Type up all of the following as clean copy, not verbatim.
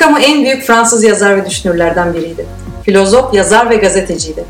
Camus en büyük Fransız yazar ve düşünürlerden biriydi. Filozof, yazar ve gazeteciydi.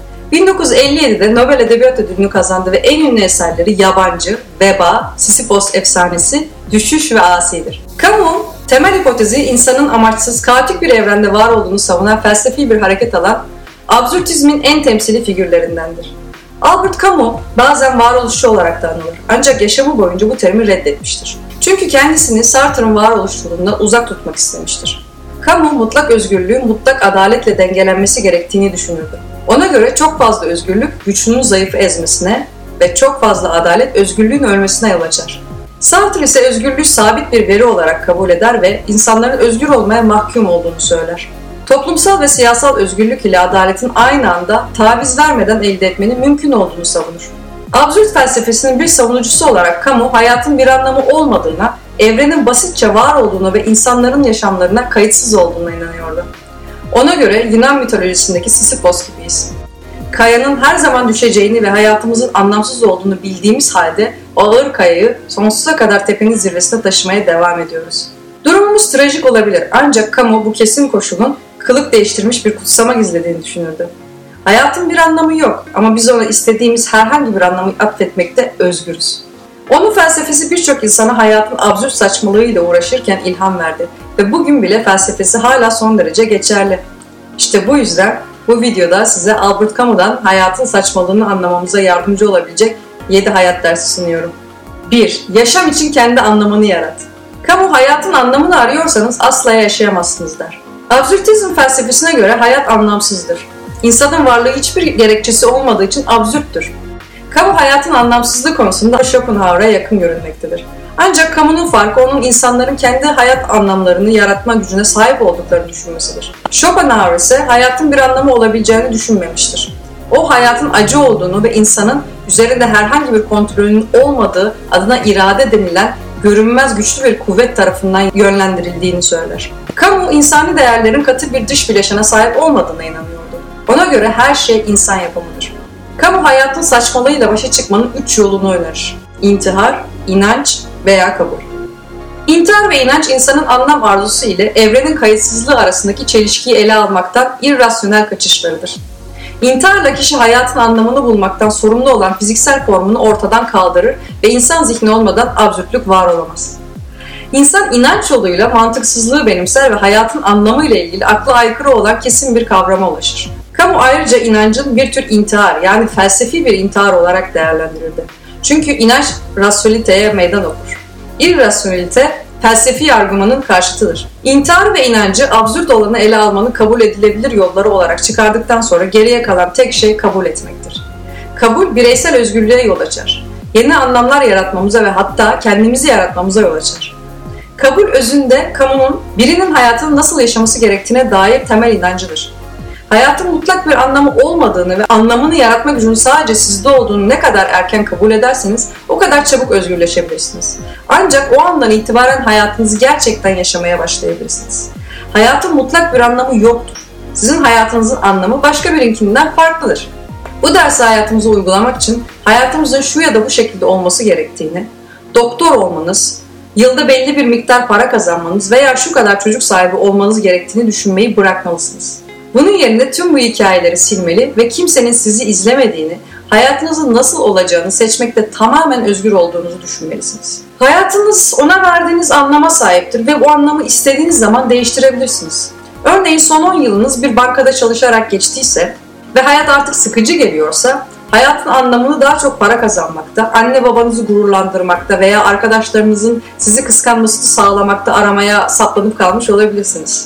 1957'de Nobel Edebiyat Ödülünü kazandı ve en ünlü eserleri Yabancı, Veba, Sisyphos Efsanesi, Düşüş ve Asi'dir. Camus, temel hipotezi insanın amaçsız, kaotik bir evrende var olduğunu savunan felsefi bir hareket alan absürtizmin en temsili figürlerindendir. Albert Camus bazen varoluşçu olarak da anılır ancak yaşamı boyunca bu terimi reddetmiştir. Çünkü kendisini Sartre'ın varoluşçuluğundan uzak tutmak istemiştir. Camus mutlak özgürlüğün mutlak adaletle dengelenmesi gerektiğini düşünürdü. Ona göre çok fazla özgürlük güçlünün zayıfı ezmesine ve çok fazla adalet özgürlüğün ölmesine yol açar. Sartre ise özgürlüğü sabit bir veri olarak kabul eder ve insanların özgür olmaya mahkum olduğunu söyler. Toplumsal ve siyasal özgürlük ile adaletin aynı anda taviz vermeden elde etmenin mümkün olduğunu savunur. Absürt felsefesinin bir savunucusu olarak Camus, hayatın bir anlamı olmadığına, evrenin basitçe var olduğuna ve insanların yaşamlarına kayıtsız olduğuna inanıyordu. Ona göre Yunan mitolojisindeki Sisyphos gibiyiz. Kayanın her zaman düşeceğini ve hayatımızın anlamsız olduğunu bildiğimiz halde o ağır kayayı sonsuza kadar tepenin zirvesine taşımaya devam ediyoruz. Durumumuz trajik olabilir ancak Camus bu kesin koşulun kılık değiştirmiş bir kutsama gizlediğini düşünürdü. Hayatın bir anlamı yok ama biz ona istediğimiz herhangi bir anlamı atfetmekte özgürüz. Onun felsefesi birçok insana hayatın absürt saçmalığıyla uğraşırken ilham verdi ve bugün bile felsefesi hala son derece geçerli. İşte bu yüzden bu videoda size Albert Camus'dan hayatın saçmalığını anlamamıza yardımcı olabilecek 7 hayat dersi sunuyorum. 1. Yaşam için kendi anlamını yarat. Camus hayatın anlamını arıyorsanız asla yaşayamazsınız der. Absürtizm felsefesine göre hayat anlamsızdır. İnsanın varlığı hiçbir gerekçesi olmadığı için absürttür. Camus hayatın anlamsızlığı konusunda Schopenhauer'a yakın görünmektedir. Ancak Camus'un farkı onun insanların kendi hayat anlamlarını yaratma gücüne sahip olduklarını düşünmesidir. Schopenhauer ise hayatın bir anlamı olabileceğini düşünmemiştir. O hayatın acı olduğunu ve insanın üzerinde herhangi bir kontrolünün olmadığı adına irade denilen görünmez güçlü bir kuvvet tarafından yönlendirildiğini söyler. Camus insani değerlerin katı bir dış bileşene sahip olmadığına inanıyordu. Ona göre her şey insan yapımıdır. Camus hayatın saçmalığıyla başa çıkmanın 3 yolunu önerir. İntihar, inanç veya kabul. İntihar ve inanç insanın anlam arzusu ile evrenin kayıtsızlığı arasındaki çelişkiyi ele almaktan irrasyonel kaçışlarıdır. İntiharla kişi hayatın anlamını bulmaktan sorumlu olan fiziksel formunu ortadan kaldırır ve insan zihni olmadan absürtlük var olamaz. İnsan inanç yoluyla mantıksızlığı benimser ve hayatın anlamıyla ilgili akla aykırı olan kesin bir kavrama ulaşır. Camus ayrıca inancın bir tür intihar yani felsefi bir intihar olarak değerlendirirdi. Çünkü inanç rasyoneliteye meydan okur. İrrasyonelite felsefi argümanın karşıtıdır. İntihar ve inancı absürt olanı ele almanın kabul edilebilir yolları olarak çıkardıktan sonra geriye kalan tek şey kabul etmektir. Kabul bireysel özgürlüğe yol açar. Yeni anlamlar yaratmamıza ve hatta kendimizi yaratmamıza yol açar. Kabul özünde Camus'un birinin hayatını nasıl yaşaması gerektiğine dair temel inancıdır. Hayatın mutlak bir anlamı olmadığını ve anlamını yaratma gücünün sadece sizde olduğunu ne kadar erken kabul ederseniz o kadar çabuk özgürleşebilirsiniz. Ancak o andan itibaren hayatınızı gerçekten yaşamaya başlayabilirsiniz. Hayatın mutlak bir anlamı yoktur. Sizin hayatınızın anlamı başka birinkinden farklıdır. Bu dersi hayatımıza uygulamak için hayatımızın şu ya da bu şekilde olması gerektiğini, doktor olmanız, yılda belli bir miktar para kazanmanız veya şu kadar çocuk sahibi olmanız gerektiğini düşünmeyi bırakmalısınız. Bunun yerine tüm bu hikayeleri silmeli ve kimsenin sizi izlemediğini, hayatınızın nasıl olacağını seçmekte tamamen özgür olduğunuzu düşünmelisiniz. Hayatınız ona verdiğiniz anlama sahiptir ve bu anlamı istediğiniz zaman değiştirebilirsiniz. Örneğin son 10 yılınız bir bankada çalışarak geçtiyse ve hayat artık sıkıcı geliyorsa, hayatın anlamını daha çok para kazanmakta, anne babanızı gururlandırmakta veya arkadaşlarınızın sizi kıskanmasını sağlamakta aramaya saplanıp kalmış olabilirsiniz.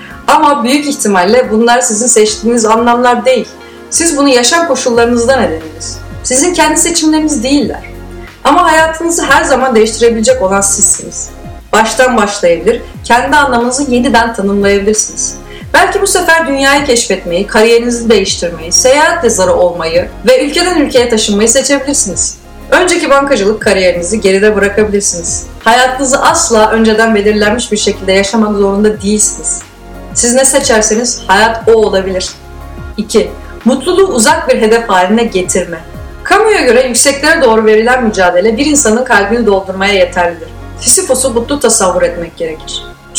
Ama büyük ihtimalle bunlar sizin seçtiğiniz anlamlar değil. Siz bunu yaşam koşullarınızdan edindiniz. Sizin kendi seçimleriniz değiller. Ama hayatınızı her zaman değiştirebilecek olan sizsiniz. Baştan başlayabilir, kendi anlamınızı yeniden tanımlayabilirsiniz. Belki bu sefer dünyayı keşfetmeyi, kariyerinizi değiştirmeyi, seyahatle zarı olmayı ve ülkeden ülkeye taşınmayı seçebilirsiniz. Önceki bankacılık kariyerinizi geride bırakabilirsiniz. Hayatınızı asla önceden belirlenmiş bir şekilde yaşamak zorunda değilsiniz. Siz ne seçerseniz hayat o olabilir. 2. Mutluluğu uzak bir hedef haline getirme. Camus'a göre yükseklere doğru verilen mücadele bir insanın kalbini doldurmaya yeterlidir. Sisyphos'u mutlu tasavvur etmek gerekir.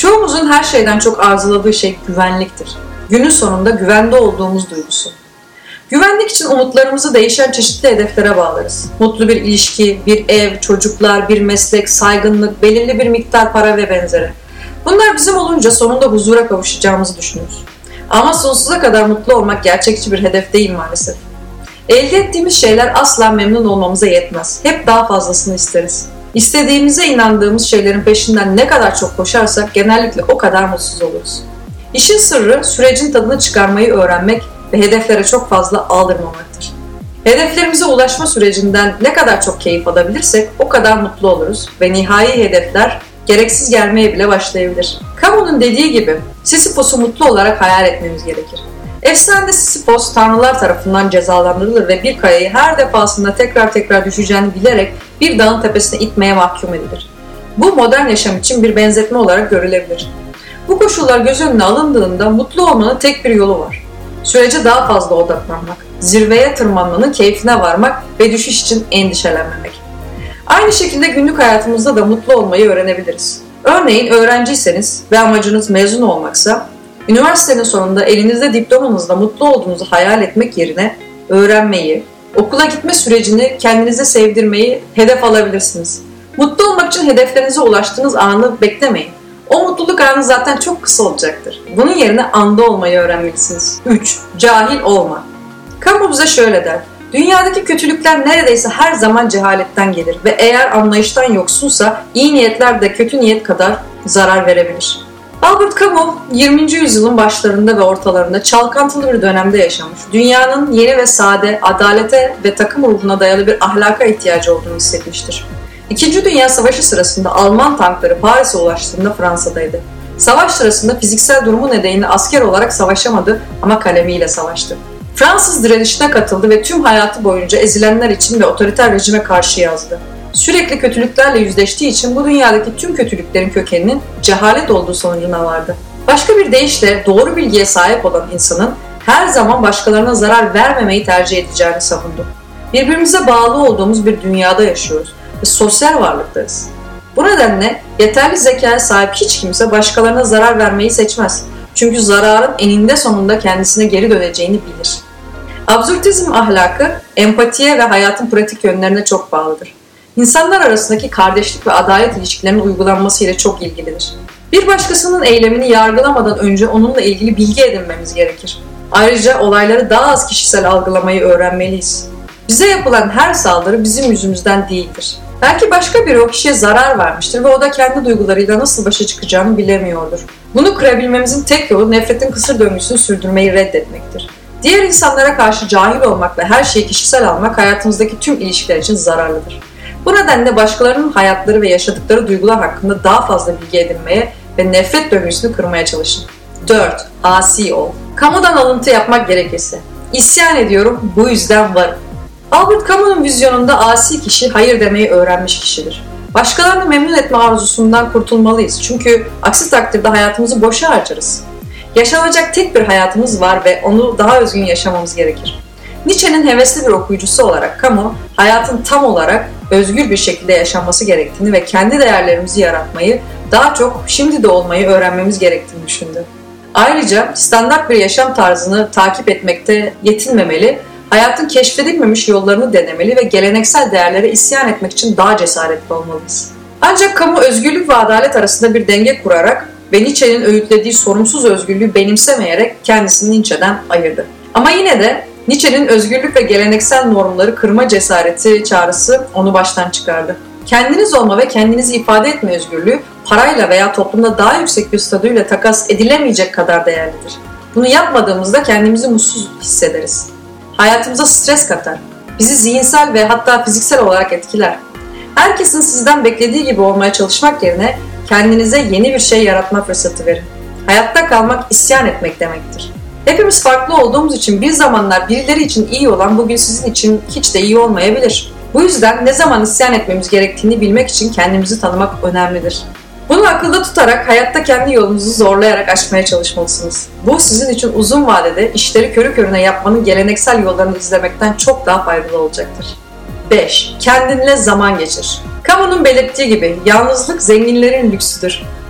Çoğumuzun her şeyden çok arzuladığı şey güvenliktir. Günün sonunda güvende olduğumuz duygusu. Güvenlik için umutlarımızı değişen çeşitli hedeflere bağlarız. Mutlu bir ilişki, bir ev, çocuklar, bir meslek, saygınlık, belirli bir miktar para ve benzeri. Bunlar bizim olunca sonunda huzura kavuşacağımızı düşünürüz. Ama sonsuza kadar mutlu olmak gerçekçi bir hedef değil maalesef. Elde ettiğimiz şeyler asla memnun olmamıza yetmez. Hep daha fazlasını isteriz. İstediğimize inandığımız şeylerin peşinden ne kadar çok koşarsak genellikle o kadar mutsuz oluruz. İşin sırrı sürecin tadını çıkarmayı öğrenmek ve hedeflere çok fazla aldırmamaktır. Hedeflerimize ulaşma sürecinden ne kadar çok keyif alabilirsek o kadar mutlu oluruz ve nihai hedefler gereksiz gelmeye bile başlayabilir. Camus'un dediği gibi Sisyphos'u mutlu olarak hayal etmemiz gerekir. Efsanede Sisyphos tanrılar tarafından cezalandırılır ve bir kayayı her defasında tekrar düşeceğini bilerek bir dağın tepesine itmeye mahkum edilir. Bu modern yaşam için bir benzetme olarak görülebilir. Bu koşullar göz önüne alındığında mutlu olmanın tek bir yolu var. Sürece daha fazla odaklanmak, zirveye tırmanmanın keyfine varmak ve düşüş için endişelenmemek. Aynı şekilde günlük hayatımızda da mutlu olmayı öğrenebiliriz. Örneğin öğrenciyseniz ve amacınız mezun olmaksa, üniversitenin sonunda elinizde diplomanızla mutlu olduğunuzu hayal etmek yerine öğrenmeyi, okula gitme sürecini kendinize sevdirmeyi hedef alabilirsiniz. Mutlu olmak için hedeflerinize ulaştığınız anı beklemeyin. O mutluluk anı zaten çok kısa olacaktır. Bunun yerine anda olmayı öğrenmelisiniz. 3. Cahil olma. Camus bize şöyle der. Dünyadaki kötülükler neredeyse her zaman cehaletten gelir ve eğer anlayıştan yoksunsa iyi niyetler de kötü niyet kadar zarar verebilir. Albert Camus 20. yüzyılın başlarında ve ortalarında çalkantılı bir dönemde yaşamış. Dünyanın yeni ve sade, adalete ve takım ruhuna dayalı bir ahlaka ihtiyacı olduğunu hissetmiştir. İkinci Dünya Savaşı sırasında Alman tankları Paris'e ulaştığında Fransa'daydı. Savaş sırasında fiziksel durumu nedeniyle asker olarak savaşamadı ama kalemiyle savaştı. Fransız direnişine katıldı ve tüm hayatı boyunca ezilenler için ve otoriter rejime karşı yazdı. Sürekli kötülüklerle yüzleştiği için bu dünyadaki tüm kötülüklerin kökeninin cehalet olduğu sonucuna vardı. Başka bir deyişle doğru bilgiye sahip olan insanın her zaman başkalarına zarar vermemeyi tercih edeceğini savundu. Birbirimize bağlı olduğumuz bir dünyada yaşıyoruz ve sosyal varlıklarız. Bu nedenle yeterli zekaya sahip hiç kimse başkalarına zarar vermeyi seçmez. Çünkü zararın eninde sonunda kendisine geri döneceğini bilir. Absürtizm ahlakı, empatiye ve hayatın pratik yönlerine çok bağlıdır. İnsanlar arasındaki kardeşlik ve adalet ilişkilerinin uygulanması ile çok ilgilidir. Bir başkasının eylemini yargılamadan önce onunla ilgili bilgi edinmemiz gerekir. Ayrıca olayları daha az kişisel algılamayı öğrenmeliyiz. Bize yapılan her saldırı bizim yüzümüzden değildir. Belki başka biri o kişiye zarar vermiştir ve o da kendi duygularıyla nasıl başa çıkacağını bilemiyordur. Bunu kırabilmemizin tek yolu nefretin kısır döngüsünü sürdürmeyi reddetmektir. Diğer insanlara karşı cahil olmak ve her şeyi kişisel almak hayatımızdaki tüm ilişkiler için zararlıdır. Bu nedenle başkalarının hayatları ve yaşadıkları duygular hakkında daha fazla bilgi edinmeye ve nefret döngüsünü kırmaya çalışın. 4. Asi ol. Camus'dan alıntı yapmak gerekirse. İsyan ediyorum, bu yüzden varım. Albert Camus'un vizyonunda asi kişi hayır demeyi öğrenmiş kişidir. Başkalarını memnun etme arzusundan kurtulmalıyız çünkü aksi takdirde hayatımızı boşa harcarız. Yaşanacak tek bir hayatımız var ve onu daha özgün yaşamamız gerekir. Nietzsche'nin hevesli bir okuyucusu olarak Camus, hayatın tam olarak özgür bir şekilde yaşanması gerektiğini ve kendi değerlerimizi yaratmayı, daha çok şimdi de olmayı öğrenmemiz gerektiğini düşündü. Ayrıca standart bir yaşam tarzını takip etmekte yetinmemeli, hayatın keşfedilmemiş yollarını denemeli ve geleneksel değerlere isyan etmek için daha cesaretli olmalıyız. Ancak Camus özgürlük ve adalet arasında bir denge kurarak ve Nietzsche'nin öğütlediği sorumsuz özgürlüğü benimsemeyerek kendisini Nietzsche'den ayırdı. Ama yine de Nietzsche'nin özgürlük ve geleneksel normları kırma cesareti çağrısı onu baştan çıkardı. Kendiniz olma ve kendinizi ifade etme özgürlüğü parayla veya toplumda daha yüksek bir statüyle takas edilemeyecek kadar değerlidir. Bunu yapmadığımızda kendimizi mutsuz hissederiz. Hayatımıza stres katar. Bizi zihinsel ve hatta fiziksel olarak etkiler. Herkesin sizden beklediği gibi olmaya çalışmak yerine kendinize yeni bir şey yaratma fırsatı verin. Hayatta kalmak isyan etmek demektir. Hepimiz farklı olduğumuz için bir zamanlar birileri için iyi olan bugün sizin için hiç de iyi olmayabilir. Bu yüzden ne zaman isyan etmemiz gerektiğini bilmek için kendimizi tanımak önemlidir. Bunu akılda tutarak hayatta kendi yolunuzu zorlayarak aşmaya çalışmalısınız. Bu sizin için uzun vadede işleri körü körüne yapmanın geleneksel yollarını izlemekten çok daha faydalı olacaktır. 5. Kendinle zaman geçir. Camus'un belirttiği gibi yalnızlık zenginlerin lüksüdür.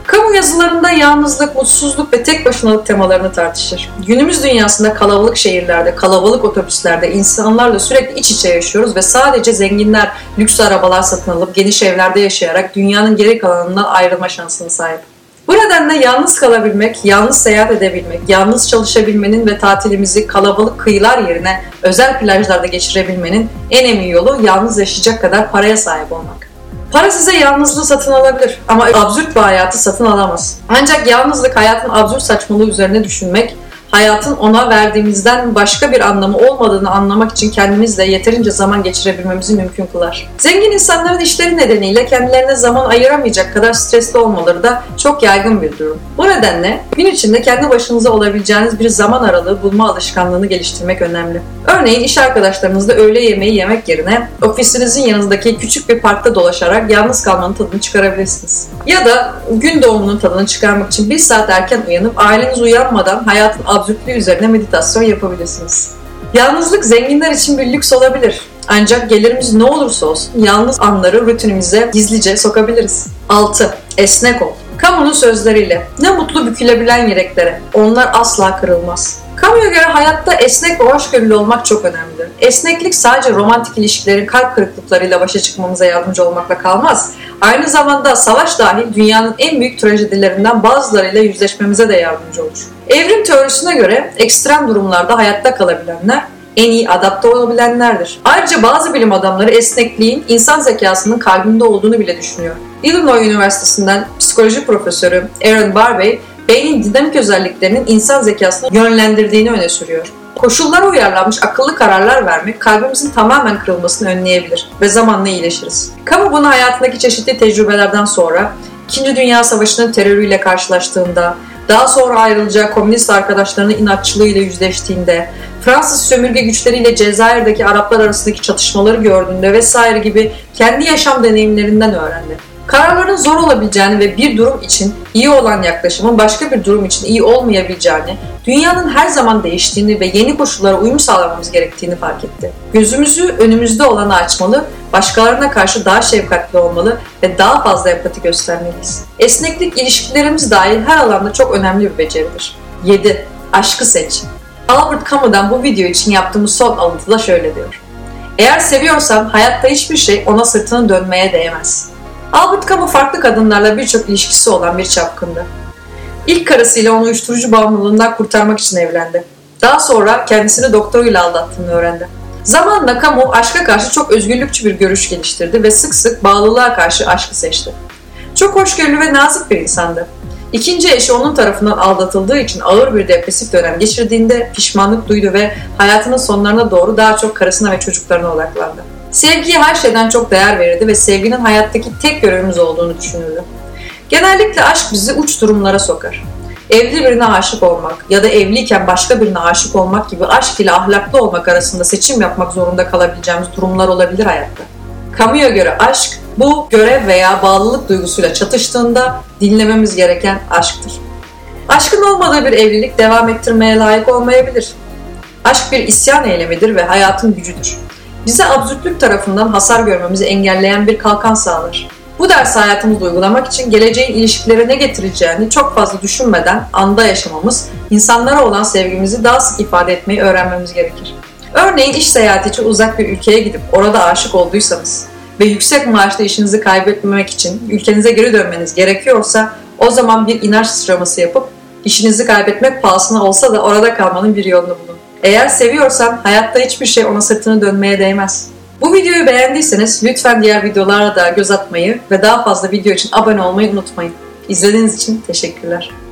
Kamu yazılarında yalnızlık, mutsuzluk ve tek başınalık temalarını tartışır. Günümüz dünyasında kalabalık şehirlerde, kalabalık otobüslerde insanlarla sürekli iç içe yaşıyoruz ve sadece zenginler lüks arabalar satın alıp geniş evlerde yaşayarak dünyanın geri kalanından ayrılma şansına sahip. Bu nedenle yalnız kalabilmek, yalnız seyahat edebilmek, yalnız çalışabilmenin ve tatilimizi kalabalık kıyılar yerine özel plajlarda geçirebilmenin en emin yolu yalnız yaşayacak kadar paraya sahip olmak. Para size yalnızlığı satın alabilir ama absürt bir hayatı satın alamaz. Ancak yalnızlık hayatın absürt saçmalığı üzerine düşünmek, hayatın ona verdiğimizden başka bir anlamı olmadığını anlamak için kendimizle yeterince zaman geçirebilmemizi mümkün kılar. Zengin insanların işleri nedeniyle kendilerine zaman ayıramayacak kadar stresli olmaları da çok yaygın bir durum. Bu nedenle gün içinde kendi başınıza olabileceğiniz bir zaman aralığı bulma alışkanlığını geliştirmek önemli. Örneğin iş arkadaşlarınızla öğle yemeği yemek yerine ofisinizin yanındaki küçük bir parkta dolaşarak yalnız kalmanın tadını çıkarabilirsiniz. Ya da gün doğumunun tadını çıkarmak için 1 saat erken uyanıp aileniz uyanmadan hayatın absürtlüğü üzerine meditasyon yapabilirsiniz. Yalnızlık zenginler için bir lüks olabilir. Ancak gelirimiz ne olursa olsun yalnız anları rutinimize gizlice sokabiliriz. 6. Esnek ol. Kamunun sözleriyle ne mutlu bükülebilen yüreklere, onlar asla kırılmaz. Kamuya göre hayatta esnek ve hoşgörülü olmak çok önemlidir. Esneklik sadece romantik ilişkilerin kalp kırıklıklarıyla başa çıkmamıza yardımcı olmakla kalmaz. Aynı zamanda savaş dahil dünyanın en büyük trajedilerinden bazılarıyla yüzleşmemize de yardımcı olur. Evrim teorisine göre ekstrem durumlarda hayatta kalabilenler en iyi adapte olabilenlerdir. Ayrıca bazı bilim adamları esnekliğin insan zekasının kalbinde olduğunu bile düşünüyor. Illinois Üniversitesi'nden psikoloji profesörü Aaron Barbey, beynin dinamik özelliklerinin insan zekasını yönlendirdiğini öne sürüyor. Koşullara uyarlanmış akıllı kararlar vermek kalbimizin tamamen kırılmasını önleyebilir ve zamanla iyileşiriz. Kamu bunu hayatındaki çeşitli tecrübelerden sonra, 2. Dünya Savaşı'nın terörüyle karşılaştığında, daha sonra ayrılacağı komünist arkadaşlarının inatçılığıyla yüzleştiğinde, Fransız sömürge güçleriyle Cezayir'deki Araplar arasındaki çatışmaları gördüğünde vesaire gibi kendi yaşam deneyimlerinden öğrendi. Kararların zor olabileceğini ve bir durum için iyi olan yaklaşımın başka bir durum için iyi olmayabileceğini, dünyanın her zaman değiştiğini ve yeni koşullara uyum sağlamamız gerektiğini fark etti. Gözümüzü önümüzde olanı açmalı, başkalarına karşı daha şefkatli olmalı ve daha fazla empati göstermeliyiz. Esneklik ilişkilerimiz dahil her alanda çok önemli bir beceridir. 7. Aşkı seç. Albert Camus'dan bu video için yaptığımız son alıntıda şöyle diyor. Eğer seviyorsan hayatta hiçbir şey ona sırtını dönmeye değmez. Albert Camus farklı kadınlarla birçok ilişkisi olan bir çapkındı. İlk karısıyla onu uyuşturucu bağımlılığından kurtarmak için evlendi. Daha sonra kendisini doktoruyla aldattığını öğrendi. Zamanla Camus aşka karşı çok özgürlükçü bir görüş geliştirdi ve sık sık bağlılığa karşı aşkı seçti. Çok hoşgörülü ve nazik bir insandı. İkinci eşi onun tarafından aldatıldığı için ağır bir depresif dönem geçirdiğinde pişmanlık duydu ve hayatının sonlarına doğru daha çok karısına ve çocuklarına odaklandı. Sevgiye her şeyden çok değer verirdi ve sevginin hayattaki tek görevimiz olduğunu düşünürdü. Genellikle aşk bizi uç durumlara sokar. Evli birine aşık olmak ya da evliyken başka birine aşık olmak gibi aşk ile ahlaklı olmak arasında seçim yapmak zorunda kalabileceğimiz durumlar olabilir hayatta. Camus'a göre aşk, bu görev veya bağlılık duygusuyla çatıştığında dinlememiz gereken aşktır. Aşkın olmadığı bir evlilik devam ettirmeye layık olmayabilir. Aşk bir isyan eylemidir ve hayatın gücüdür. Bize absürtlük tarafından hasar görmemizi engelleyen bir kalkan sağlar. Bu dersi hayatımızda uygulamak için geleceğin ilişkilere ne getireceğini çok fazla düşünmeden anda yaşamamız, insanlara olan sevgimizi daha sık ifade etmeyi öğrenmemiz gerekir. Örneğin iş seyahati için uzak bir ülkeye gidip orada aşık olduysanız ve yüksek maaşlı işinizi kaybetmemek için ülkenize geri dönmeniz gerekiyorsa o zaman bir inanç sıçraması yapıp işinizi kaybetmek pahasına olsa da orada kalmanın bir yolunu bulun. Eğer seviyorsan hayatta hiçbir şey ona sırtını dönmeye değmez. Bu videoyu beğendiyseniz lütfen diğer videolara da göz atmayı ve daha fazla video için abone olmayı unutmayın. İzlediğiniz için teşekkürler.